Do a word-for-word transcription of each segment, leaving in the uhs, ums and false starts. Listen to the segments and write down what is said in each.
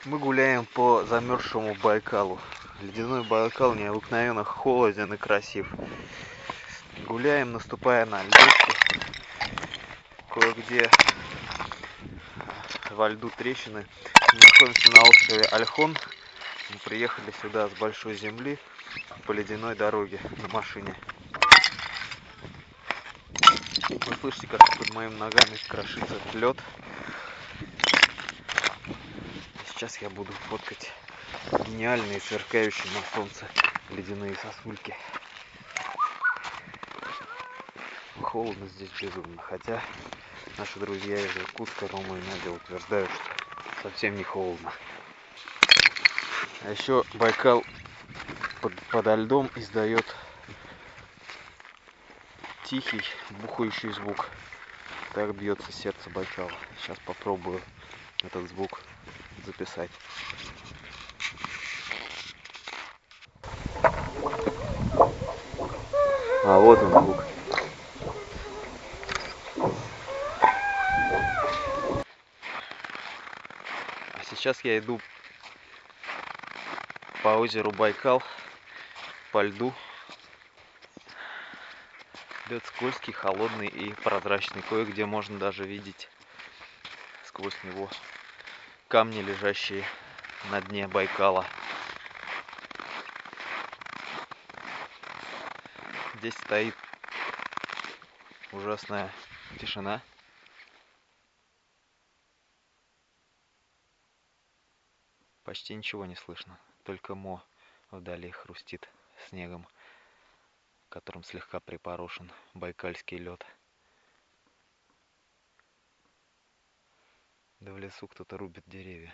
Мы гуляем по замерзшему Байкалу. Ледяной Байкал необыкновенно холоден и красив. Гуляем, наступая на льдинки. Кое-где во льду трещины. Мы находимся на острове Ольхон. Мы приехали сюда с большой земли по ледяной дороге на машине. Вы слышите, как под моими ногами крошится лед. Сейчас я буду фоткать гениальные, сверкающие на солнце ледяные сосульки. Холодно здесь безумно, хотя наши друзья из Иркутска, Рома и Надя, утверждают, что совсем не холодно. А еще Байкал под, подо льдом издает тихий, бухающий звук. Так бьется сердце Байкала. Сейчас попробую этот звук записать. А вот он звук. А сейчас я иду по озеру Байкал, по льду. Лед скользкий, холодный и прозрачный. Кое-где можно даже видеть сквозь него камни, лежащие на дне Байкала. Здесь стоит ужасная тишина. Почти ничего не слышно. Только мо вдали хрустит снегом, которым слегка припорошен байкальский лед. Да в лесу кто-то рубит деревья.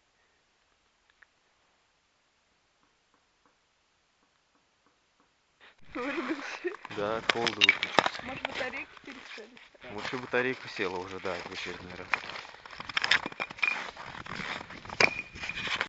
Вырубился. Да, холода выключился. Может, батарейки перестали? Лучше батарейка села уже, да, в очередной раз.